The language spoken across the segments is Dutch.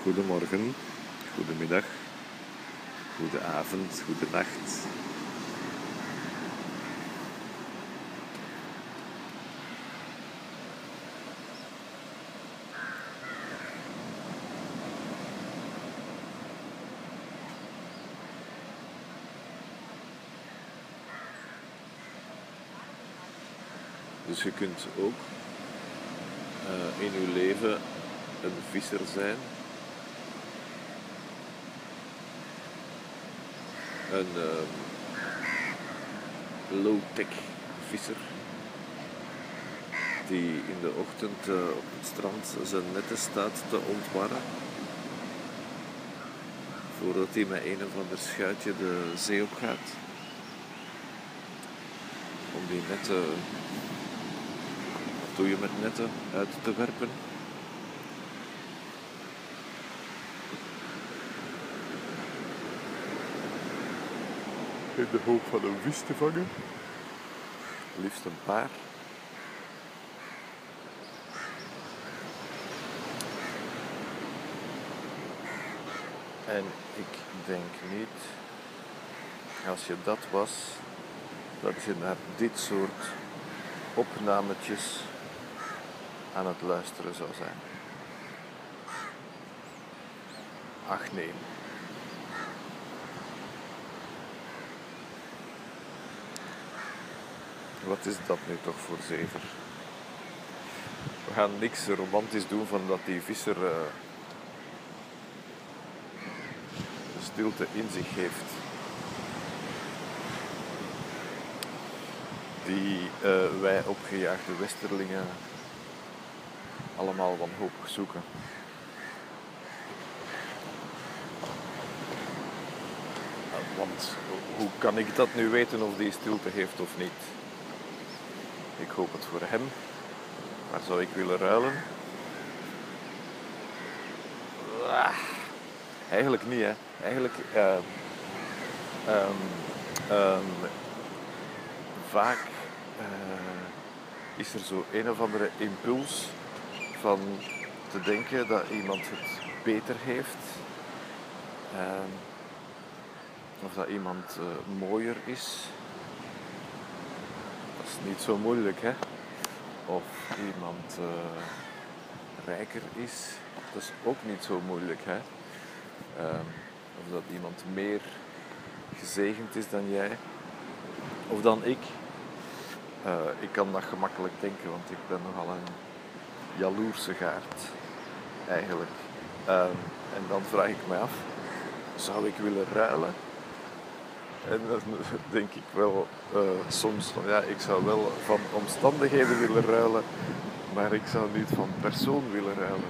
Goedemorgen, goedemiddag, goedenavond, goedenacht. Dus je kunt ook in je leven een visser zijn. Een low-tech visser die in de ochtend op het strand zijn netten staat te ontwarren voordat hij met een of ander schuitje de zee op gaat om die netten, wat doe je met netten, uit te werpen. In de hoop van een vis te vangen. Liefst een paar. En ik denk niet, als je dat was, dat je naar dit soort opnametjes aan het luisteren zou zijn. Ach nee. Wat is dat nu toch voor zever? We gaan niks romantisch doen van dat die visser de stilte in zich heeft. Die wij opgejaagde westerlingen allemaal wanhopig zoeken. Want hoe kan ik dat nu weten of die stilte heeft of niet? Ik hoop het voor hem. Maar zou ik willen ruilen? Eigenlijk niet, hè. Eigenlijk vaak is er zo een of andere impuls van te denken dat iemand het beter heeft. Of dat iemand mooier is. Dat is niet zo moeilijk, hè. Of iemand rijker is. Dat is ook niet zo moeilijk, hè. Of dat iemand meer gezegend is dan jij. Of dan ik. Ik kan dat gemakkelijk denken, want ik ben nogal een jaloerse gaard. Eigenlijk. En dan vraag ik me af, zou ik willen ruilen? En dan denk ik wel soms van ja, ik zou wel van omstandigheden willen ruilen, maar ik zou niet van persoon willen ruilen.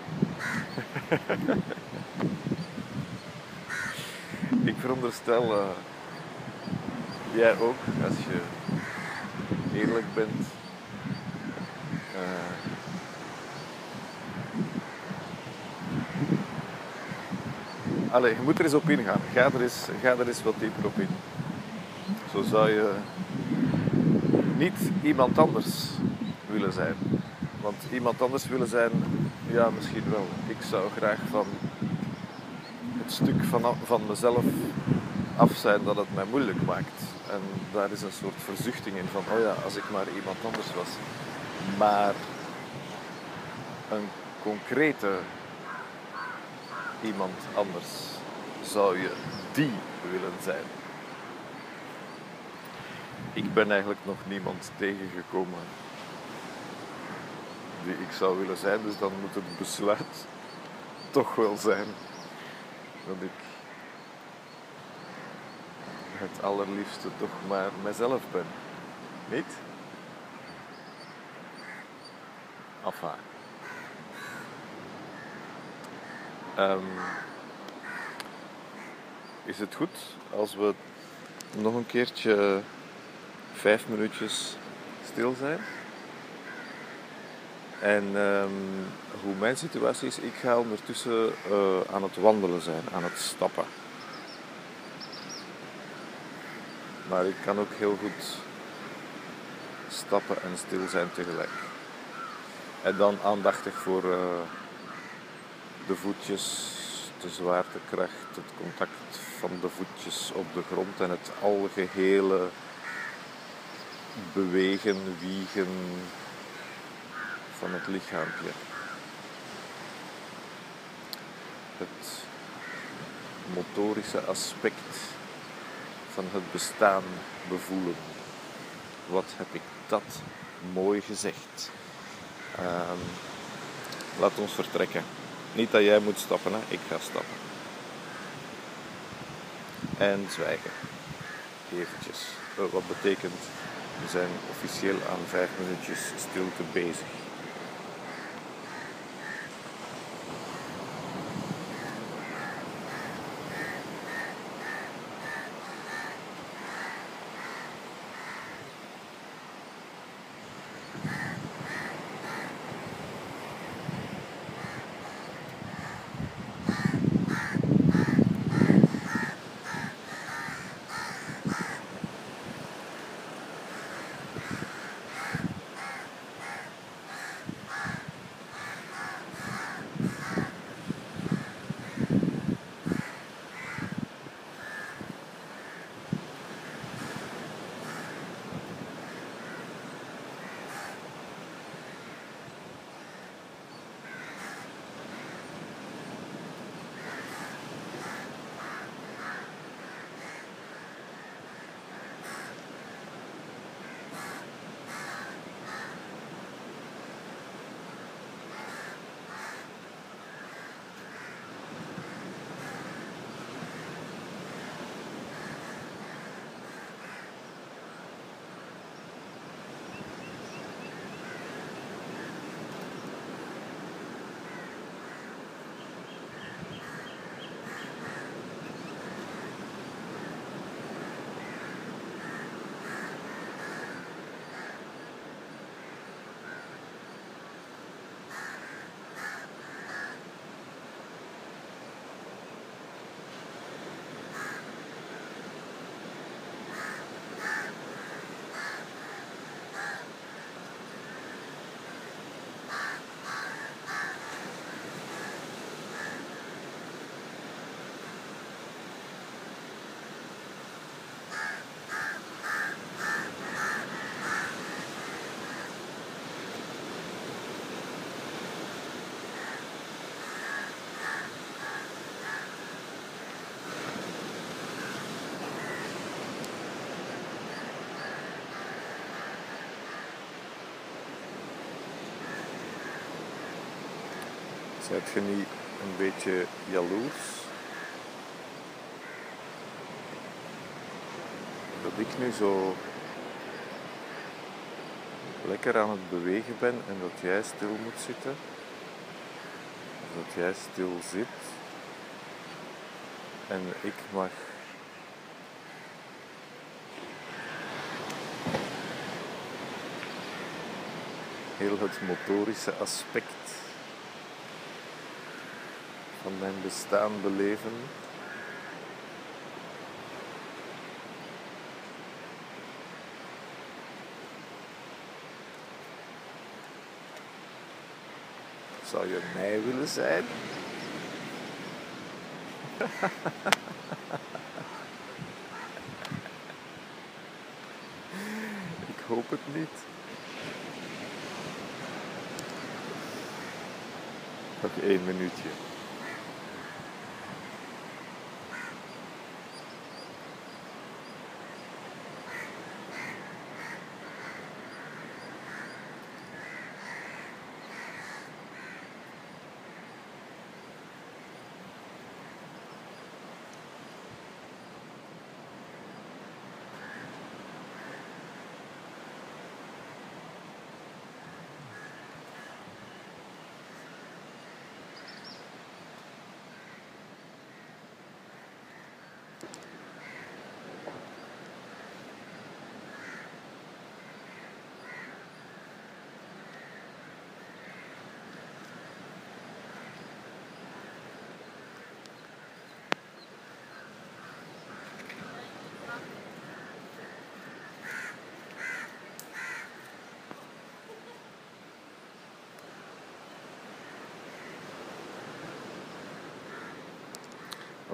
Ik veronderstel, jij ook, als je eerlijk bent, allee, je moet er eens op ingaan. Ga er eens wat dieper op in. Zo zou je niet iemand anders willen zijn. Want iemand anders willen zijn, ja, misschien wel. Ik zou graag van het stuk van mezelf af zijn dat het mij moeilijk maakt. En daar is een soort verzuchting in van, oh ja, als ik maar iemand anders was. Maar een concrete iemand anders zou je die willen zijn. Ik ben eigenlijk nog niemand tegengekomen die ik zou willen zijn, dus dan moet het besluit toch wel zijn dat ik het allerliefste toch maar mezelf ben. Niet? Enfin. Is het goed als we nog een keertje 5 minuutjes stil zijn? En hoe mijn situatie is, ik ga ondertussen aan het wandelen zijn, aan het stappen. Maar ik kan ook heel goed stappen en stil zijn tegelijk. En dan aandachtig voor de voetjes de zwaartekracht, het contact van de voetjes op de grond en het algehele bewegen, wiegen van het lichaampje. Het motorische aspect van het bestaan bevoelen. Wat heb ik dat mooi gezegd. Laat ons vertrekken. Niet dat jij moet stappen, hè? Ik ga stappen. En zwijgen. Eventjes. Wat betekent, we zijn officieel aan 5 minuutjes stilte bezig. Zijt je niet een beetje jaloers dat ik nu zo lekker aan het bewegen ben en dat jij stil moet zitten? Of dat jij stil zit en ik mag heel het motorische aspect van mijn bestaan beleven. Zou je mij willen zijn? Ik hoop het niet. Nog 1 minuutje.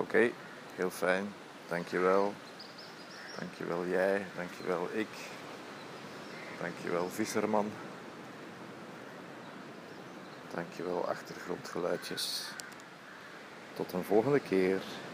Oké, heel fijn. Dankjewel. Dankjewel jij, dankjewel ik. Dankjewel visserman. Dankjewel achtergrondgeluidjes. Tot een volgende keer.